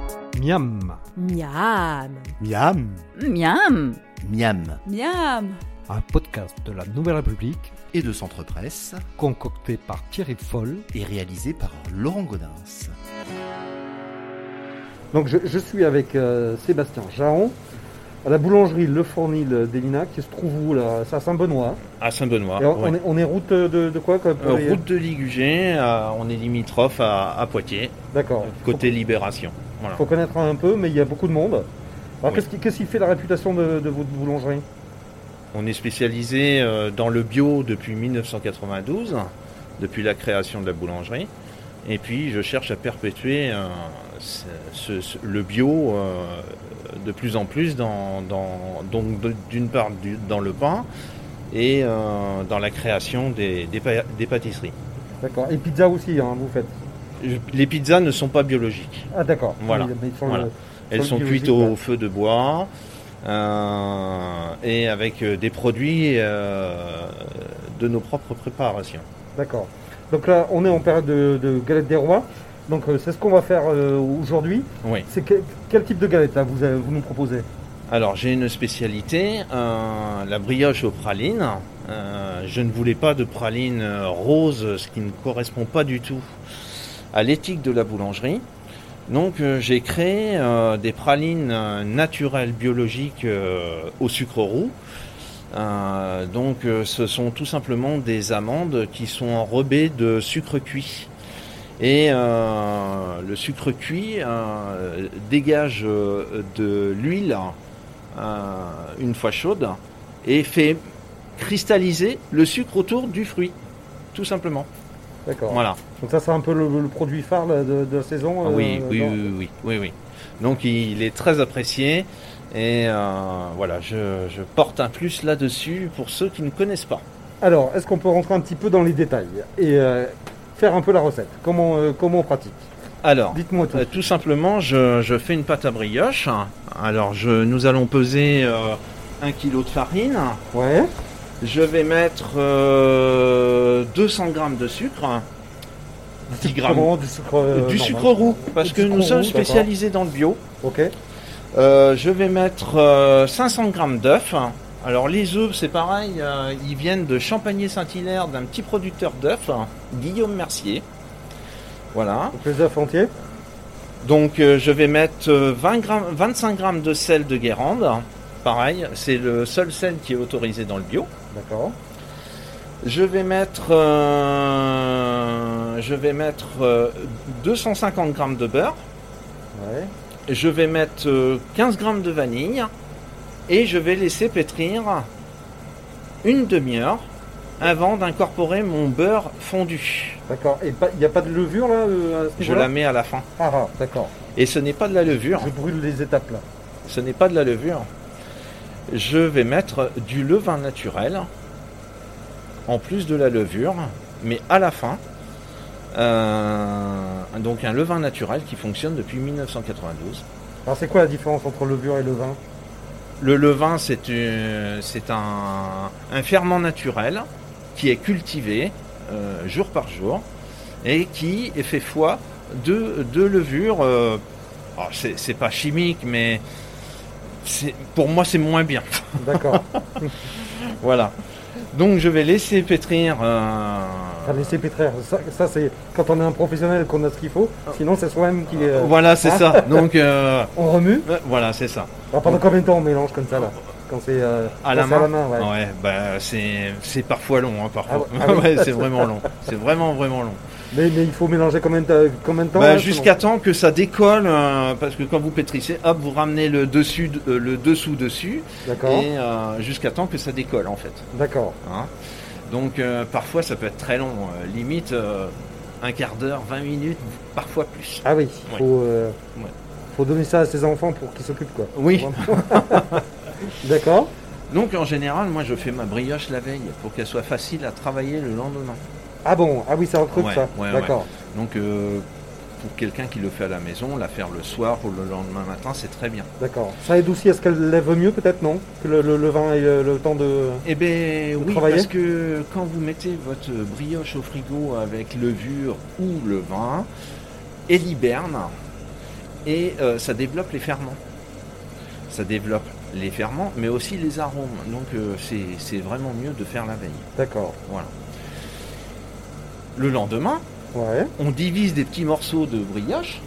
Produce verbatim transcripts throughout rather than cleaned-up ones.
Miam. Miam. Miam. Miam. Miam. Miam. Un podcast de la Nouvelle République Et de Centre Presse concocté par Thierry Foll. et réalisé par Laurent Gaudens. Donc je, je suis avec euh, Sébastien Jaron à la boulangerie Le Fournil d'Elina qui se trouve où là? C'est à Saint-Benoît. À Saint-Benoît. Et on, oui. on est, on est route de, de quoi, quoi pour Euh, les- route de Ligugé, euh, on est limitrophe à, à Poitiers, D'accord. côté Libération. Voilà. Il faut connaître un peu, mais il y a beaucoup de monde. Alors Oui. qu'est-ce, qui, qu'est-ce qui fait la réputation de, de votre boulangerie? On est spécialisé euh, dans le bio depuis mille neuf cent quatre-vingt-douze, depuis la création de la boulangerie. Et puis je cherche à perpétuer euh, ce- ce- ce- le bio euh, de plus en plus, dans, dans- donc de- d'une part du- dans le pain et euh, dans la création des, des, pa- des pâtisseries. D'accord. Et pizza aussi, hein, vous faites? Je- Les pizzas ne sont pas biologiques. Ah d'accord. Voilà. Mais- mais ils sont Voilà. le- Elles sur sont le cuites biologique, au ouais. feu de bois euh, et avec euh, des produits euh, de nos propres préparations. D'accord. Donc là, on est en période de, de galette des rois. Donc euh, c'est ce qu'on va faire euh, aujourd'hui. Oui. C'est que- quel type de galette là vous, avez- vous nous proposez? Alors j'ai une spécialité, euh, la brioche aux pralines. Euh, je ne voulais pas de pralines euh, roses, ce qui ne correspond pas du tout à l'éthique de la boulangerie. Donc euh, j'ai créé euh, des pralines euh, naturelles biologiques euh, au sucre roux. Euh, donc euh, ce sont tout simplement des amandes qui sont enrobées de sucre cuit. Et euh, le sucre cuit euh, dégage euh, de l'huile euh, une fois chaude et fait cristalliser le sucre autour du fruit, tout simplement. D'accord. Voilà. Donc ça c'est un peu le, le produit phare là, de, de la saison. Ah oui, euh, oui, dans- oui, oui, oui, oui. Donc il est très apprécié et euh, voilà, je, je porte un plus là-dessus pour ceux qui ne connaissent pas. Alors, est-ce qu'on peut rentrer un petit peu dans les détails et euh, faire un peu la recette? Comment, euh, comment on pratique? Alors, Dites-moi tout. euh, tout simplement, je, je fais une pâte à brioche. Alors, je, nous allons peser euh, un kilo de farine. Ouais. Je vais mettre euh, deux cents grammes de sucre, dix grammes Comment, du sucre euh, du normal. sucre roux, parce Du que sucre nous sommes roux, d'accord. spécialisés dans le bio. Ok. Euh, je vais mettre euh, cinq cents grammes d'œufs. Alors les œufs, c'est pareil, euh, ils viennent de Champagné-Saint-Hilaire, d'un petit producteur d'œufs, Guillaume Mercier. Voilà. Donc les œufs entiers. Donc euh, je vais mettre euh, vingt grammes, vingt-cinq grammes de sel de Guérande. Pareil, c'est le seul sel qui est autorisé dans le bio. D'accord. Je vais mettre, euh, je vais mettre euh, deux cent cinquante grammes de beurre. Ouais. Je vais mettre euh, quinze grammes de vanille et je vais laisser pétrir une demi-heure avant d'incorporer mon beurre fondu. D'accord. Et il n'y a pas de levure là euh, à ce Je niveau-là la mets à la fin. Ah, ah, d'accord. Et ce n'est pas de la levure. Je brûle les étapes là. Ce n'est pas de la levure. Je vais mettre du levain naturel en plus de la levure, mais à la fin. Euh, donc un levain naturel qui fonctionne depuis mille neuf cent quatre-vingt-douze. Alors c'est quoi la différence entre levure et levain? Le levain, c'est une- c'est un, un ferment naturel qui est cultivé euh, jour par jour et qui est fait foi de, de levure. Euh, alors, c'est c'est pas chimique, mais c'est- pour moi, c'est moins bien. D'accord. Voilà. Donc, je vais laisser pétrir. euh, Enfin, laisser pétrir. Ça, ça, c'est quand on est un professionnel qu'on a ce qu'il faut. Sinon c'est soi-même qui est. euh, Voilà, c'est hein ça. Donc, euh, On remue. euh, voilà, c'est ça. Alors pendant combien de temps on mélange comme ça là? Quand c'est euh, À quand la c'est main. ouais. Ouais, bah, c'est c'est parfois long, hein, parfois. Ah ouais, ah oui. Ouais, c'est vraiment long. C'est vraiment, vraiment long. Mais, mais il faut mélanger combien de, combien de temps Bah, là, jusqu'à temps que ça décolle, euh, parce que quand vous pétrissez, hop, vous ramenez le dessus, de- euh, le dessous dessus, selon- D'accord. et euh, jusqu'à temps que ça décolle en fait. D'accord. Hein. Donc euh, parfois ça peut être très long, euh, limite euh, un quart d'heure, vingt minutes, parfois plus. Ah oui. Ouais. Faut, euh, Ouais. faut donner ça à ses enfants pour qu'ils s'occupent quoi. Oui. D'accord. Donc en général, moi je fais ma brioche la veille pour qu'elle soit facile à travailler le lendemain. Ah bon. Ah oui, c'est un truc Ouais, ça. ouais, D'accord. Donc euh, pour quelqu'un qui le fait à la maison, la faire le soir ou le lendemain matin, c'est très bien. D'accord. Ça aide aussi à ce qu'elle lève mieux peut-être, non? Que le, le, le vin ait le, le temps de... Eh bien oui, travailler parce que quand vous mettez votre brioche au frigo avec levure ou le vin, elle hiberne et euh, ça développe les ferments. Ça développe les ferments, mais aussi les arômes. Donc euh, c'est, c'est vraiment mieux de faire la veille. D'accord. Voilà. Le lendemain, Ouais. on divise des petits morceaux de brioche.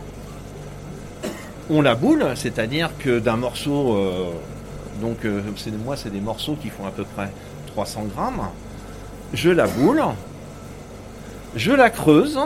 On la boule, c'est-à-dire que d'un morceau, euh, donc euh, c'est, moi c'est des morceaux qui font à peu près trois cents grammes. Je la boule, je la creuse,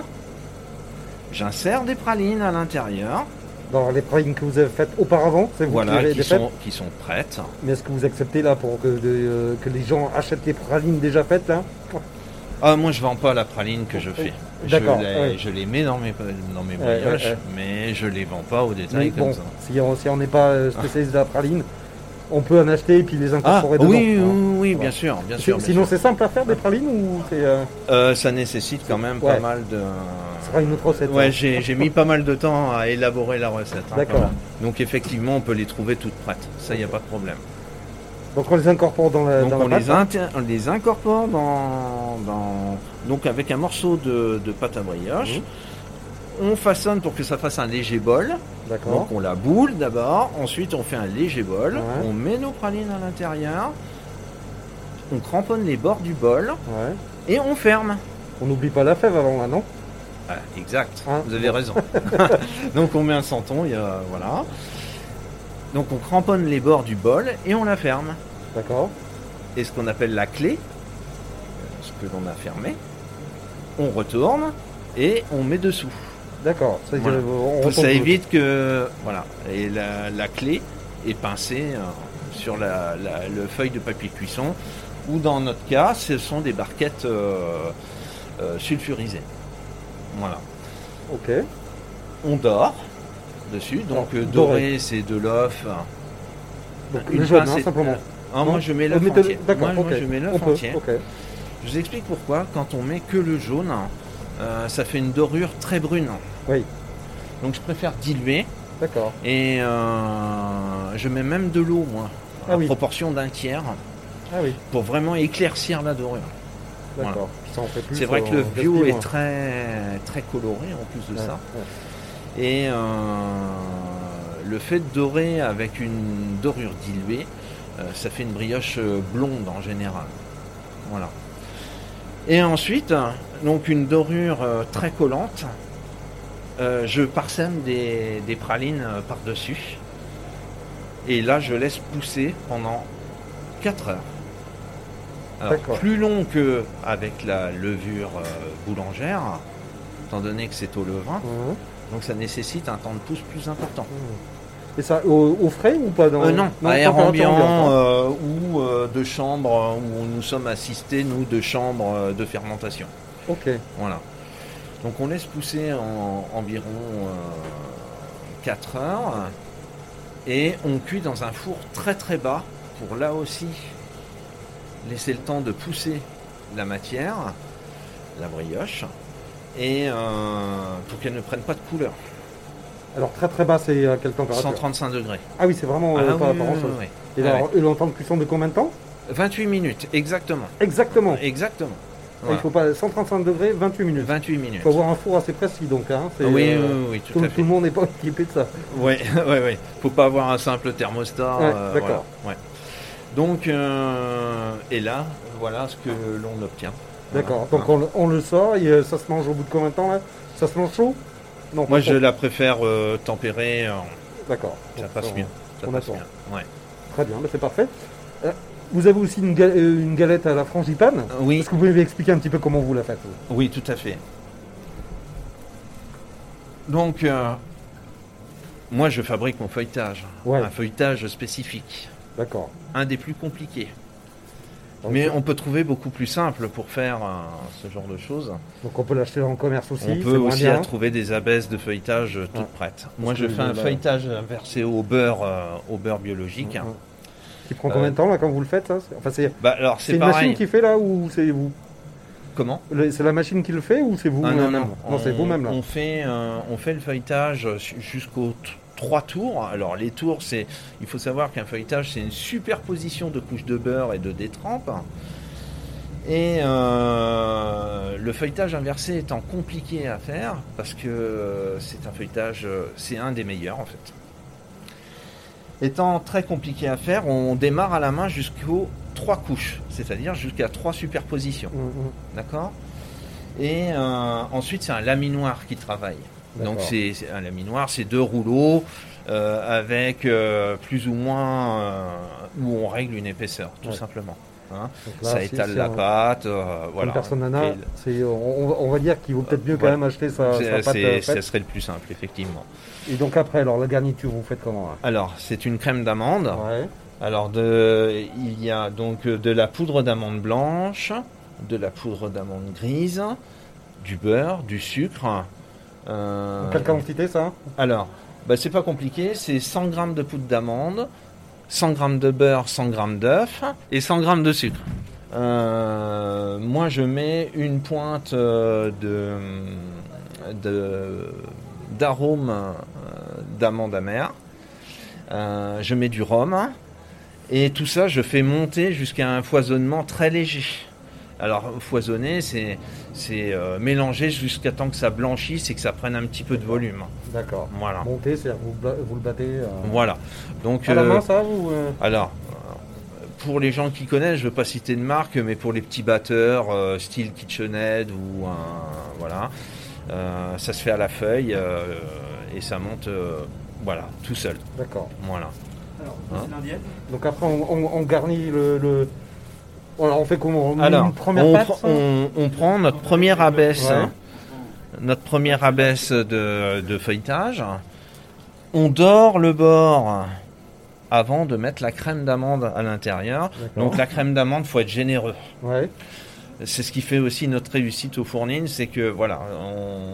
j'insère des pralines à l'intérieur. Dans les pralines que vous avez faites auparavant, c'est vous qui Voilà, avez qui les faites. sont, qui sont prêtes. Mais est-ce que vous acceptez là pour que, de, euh, que les gens achètent les pralines déjà faites là? Ah, moi je vends pas la praline que je fais. Je D'accord, les, ouais. je les mets dans mes, dans mes Ouais, brioches, ouais, ouais. mais je les vends pas au Mais détail comme bon, ça. si on si on n'est pas euh, spécialiste de la praline, on peut en acheter et puis les Ah, incorporer dedans. oui, oui, hein. oui, Voilà. bien sûr, bien C'est- sûr. bien Sinon sûr. c'est simple à faire des pralines ou c'est euh, Euh, ça nécessite quand même Ouais. pas mal de. ce sera une autre recette? Ouais, hein. j'ai, j'ai mis pas mal de temps à élaborer la recette. hein, D'accord. quand même. Donc effectivement, on peut les trouver toutes prêtes. Ça, il n'y a pas de problème. Donc on les incorpore dans la, Donc dans on la les, pâte, hein. inter- on les incorpore dans, dans donc avec un morceau de, de pâte à brioche. Mhm. On façonne pour que ça fasse un léger bol. D'accord. Donc on la boule d'abord, ensuite on fait un léger bol, Ouais. on met nos pralines à l'intérieur, on cramponne les bords du bol Ouais. et on ferme. On n'oublie pas la fève avant là, non? Ah, exact, Hein, vous avez raison. Donc on met un santon, il y a, voilà. Donc on cramponne les bords du bol et on la ferme. D'accord. Et ce qu'on appelle la clé, ce que l'on a fermé, on retourne et on met dessous. D'accord. Ça, Voilà. on Ça retombe- évite que... Voilà. Et la, la clé est pincée euh, sur la, la- le feuille de papier cuisson, ou dans notre cas, ce sont des barquettes euh, euh, sulfurisées. Voilà. Ok. On dort dessus. Donc Alors, euh, doré. doré, c'est de l'œuf. Donc Une le jaune, hein, pincée- simplement. Ah, Non moi, je mets Vous l'œuf mettez- entier. D'accord. Moi, moi, ok. je mets l'œuf On peut, entier. Ok. Je vous explique pourquoi. Quand on met que le jaune, euh, ça fait une dorure très brune. Oui. Donc je préfère diluer. D'accord. Et euh, je mets même de l'eau, moi, Ah à oui. proportion d'un tiers, Ah oui. pour vraiment éclaircir la dorure. D'accord. Voilà. Ça en fait plus. C'est vrai euh, que le on bio gaspille est moins. très, très coloré en plus de Ouais, ça. ouais. Et euh, le fait de dorer avec une dorure diluée, euh, ça fait une brioche euh, blonde en général. Voilà. Et ensuite, donc une dorure euh, très collante. Euh, je parsème des, des pralines euh, par-dessus. Et là, je laisse pousser pendant quatre heures. Alors, D'accord. plus long que avec la levure euh, boulangère, étant donné que c'est au levain. Mhm. Donc ça nécessite un temps de pousse plus important. Et ça, au, au frais ou pas dans Euh, non, à air température ambiant ambiante, hein. euh, ou euh, de chambre où nous sommes assistés, nous, de chambres euh, de fermentation. Ok. Voilà. Donc on laisse pousser en environ euh, quatre heures et on cuit dans un four très très bas pour là aussi laisser le temps de pousser la matière, la brioche, et euh, pour qu'elle ne prenne pas de couleur. Alors très très bas, c'est à quelle température? cent trente-cinq degrés. Ah oui, c'est vraiment euh, Ah pas oui, pas oui, grand-chose. oui, Et oui. alors, Ouais, et le temps de cuisson de combien de temps? ouais. vingt-huit minutes, exactement. Exactement. Exactement. Il Voilà. faut pas cent trente-cinq degrés, vingt-huit minutes. vingt-huit Il minutes. faut avoir un four assez précis donc. Hein. C'est, Oui, euh, oui, oui, tout, tout, à tout fait. le monde n'est pas équipé de ça. Oui, oui, oui. Faut pas avoir un simple thermostat. Ouais, euh, d'accord. voilà. Ouais. Donc, euh, et là, voilà ce que l'on obtient. D'accord. Voilà. Donc on, le- on le sort et euh, ça se mange au bout de combien de temps là? Ça se mange chaud? Non. Moi, pas je chaud. la préfère euh, tempérée. euh, D'accord. ça Donc, passe on- mieux. Ça on passe attend. bien. Ouais. Très bien, bah, c'est parfait. Euh, vous avez aussi une, ga- euh, une galette à la frangipane. Oui, Est-ce que vous pouvez expliquer un petit peu comment vous la faites? vous oui, tout à fait. Donc, euh, moi, je fabrique mon feuilletage. Ouais. Un feuilletage spécifique. D'accord. Un des plus compliqués. Donc, Mais on peut trouver beaucoup plus simple pour faire euh, ce genre de choses. donc on peut l'acheter en commerce aussi. On c'est peut moins aussi bien. trouver des abaisses de feuilletage euh, toutes Ouais. prêtes. Moi, que je fais un le- feuilletage versé au beurre, euh, au beurre biologique. Mhm. Qui prend combien de temps là quand vous le faites ça? C'est- Enfin c'est Bah alors c'est c'est une pareil. machine qui fait là ou c'est vous? Comment Le- C'est la machine qui le fait ou c'est vous Ah non même non. Non, c'est On- vous-même là. On fait euh, on fait le feuilletage jusqu'aux t- trois tours. Alors les tours, c'est il faut savoir qu'un feuilletage c'est une superposition de couches de beurre et de détrempe. Et euh, le feuilletage inversé étant compliqué à faire, parce que c'est un feuilletage, c'est un des meilleurs en fait. Étant très compliqué à faire, on démarre à la main jusqu'aux trois couches, c'est-à-dire jusqu'à trois superpositions. Mmh. D'accord ? Et euh, ensuite, c'est un laminoir qui travaille. D'accord. Donc, c'est, c'est un laminoir, c'est deux rouleaux euh, avec euh, plus ou moins euh, où on règle une épaisseur, tout ouais. simplement. Hein, là, ça étale la on... pâte, euh, voilà. Une personne nana, et... c'est, on, on va dire qu'il vaut peut-être mieux euh, quand ouais. même acheter sa, sa pâte. C'est, euh, ça serait le plus simple, effectivement. Et donc après, alors la garniture, vous faites comment là ? Alors, c'est une crème d'amande. Ouais. Alors, de, il y a donc de la poudre d'amande blanche, de la poudre d'amande grise, du beurre, du sucre. Euh... Quelle quantité ça ? Alors, bah, c'est pas compliqué, c'est cent grammes de poudre d'amande, cent grammes de beurre, cent grammes d'œuf et cent grammes de sucre. Euh, moi, je mets une pointe de, de, d'arôme euh, d'amande amère. Euh, je mets du rhum. Et tout ça, je fais monter jusqu'à un foisonnement très léger. Alors, foisonner, c'est, c'est euh, mélanger jusqu'à temps que ça blanchisse et que ça prenne un petit peu de volume. D'accord. Voilà. Monter, c'est-à-dire vous, vous le battez euh... Voilà. Donc, à la main, euh, ça ou euh... Alors, pour les gens qui connaissent, je ne veux pas citer de marque, mais pour les petits batteurs, euh, style KitchenAid ou un, voilà, euh, ça se fait à la feuille euh, et ça monte, euh, voilà, tout seul. D'accord. Voilà. Alors, hein c'est l'indienne. Donc après, on, on, on garnit le, le... Alors, on fait comment ? On Alors, une première on, pâte, pr- on, on prend notre première abaisse, ouais. hein, notre première abaisse de, de feuilletage. On dore le bord avant de mettre la crème d'amande à l'intérieur. D'accord. Donc la crème d'amande, faut être généreux. Ouais. C'est ce qui fait aussi notre réussite au fournine, c'est que voilà, on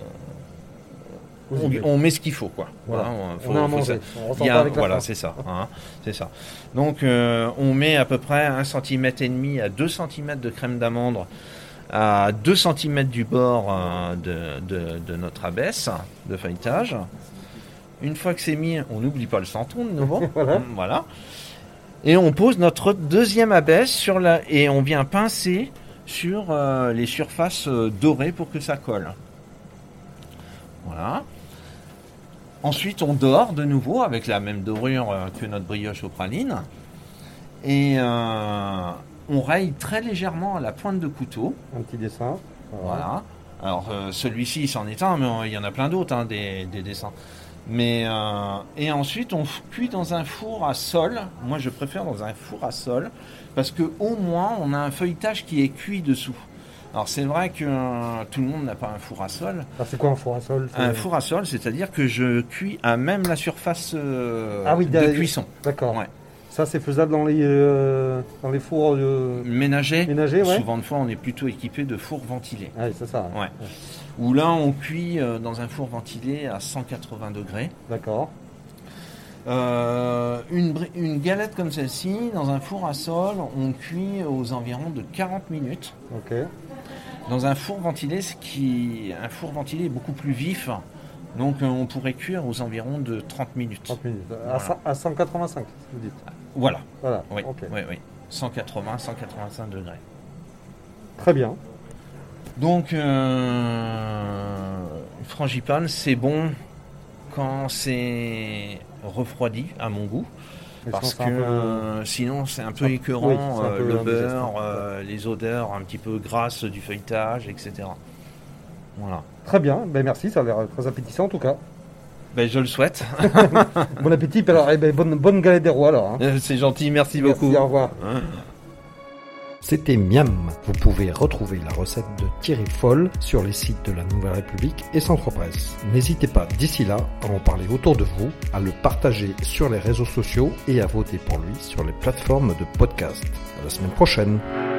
On, on met ce qu'il faut, quoi. Voilà. Hein, faut, on a à manger. On y a, voilà, c'est ça. Hein, c'est ça. Donc, euh, on met à peu près un centimètre et demi à deux centimètres de crème d'amande à deux centimètres du bord euh, de, de, de notre abaisse de feuilletage. Une fois que c'est mis, on n'oublie pas le centon de nouveau. Voilà. Voilà. Et on pose notre deuxième abaisse sur la, et on vient pincer sur euh, les surfaces euh, dorées pour que ça colle. Voilà. Ensuite, on dore de nouveau avec la même dorure euh, que notre brioche aux pralines. Et euh, on raye très légèrement à la pointe de couteau. Un petit dessin. Voilà. voilà. Alors, euh, celui-ci, c'en est un, mais il y en a plein d'autres, hein, des, des dessins. Mais, euh, et ensuite, on cuit dans un four à sol. Moi, je préfère dans un four à sol parce qu'au moins, on a un feuilletage qui est cuit dessous. Alors c'est vrai que euh, tout le monde n'a pas un four à sol. Alors c'est quoi un four à sol ? Un four à sol, c'est-à-dire que je cuis à même la surface euh, ah oui, de cuisson. D'accord. Ouais. Ça c'est faisable dans les euh, dans les fours euh, ménagers. Ménagers, ouais. Souvent de fois, on est plutôt équipé de fours ventilés. Ah, c'est ça. Ouais. ouais. Où là, on cuit euh, dans un four ventilé à cent quatre-vingts degrés. D'accord. Euh, une, une galette comme celle-ci, dans un four à sol, on cuit aux environs de quarante minutes. Ok. Dans un four ventilé, ce qui, un four ventilé est beaucoup plus vif, donc euh, on pourrait cuire aux environs de trente minutes. trente minutes. Voilà. À, à cent quatre-vingt-cinq, vous dites. Voilà. Voilà. Oui, okay. oui, oui. cent quatre-vingts à cent quatre-vingt-cinq degrés. Très bien. Donc, euh, frangipane, c'est bon quand c'est refroidi, à mon goût. Parce que euh, sinon c'est un peu écœurant, oui, un peu euh, le beurre, euh, les odeurs un petit peu grasses du feuilletage, et cetera. Voilà. Très bien, ben merci, ça a l'air très appétissant en tout cas. Ben je le souhaite. Bon appétit, alors, eh ben, bonne, bonne galette des rois alors. Hein. C'est gentil, merci, merci beaucoup. Au revoir. Hein. C'était Miam. Vous pouvez retrouver la recette de Thierry Foll sur les sites de la Nouvelle République et Centre Presse. N'hésitez pas d'ici là à en parler autour de vous, à le partager sur les réseaux sociaux et à voter pour lui sur les plateformes de podcast. À la semaine prochaine.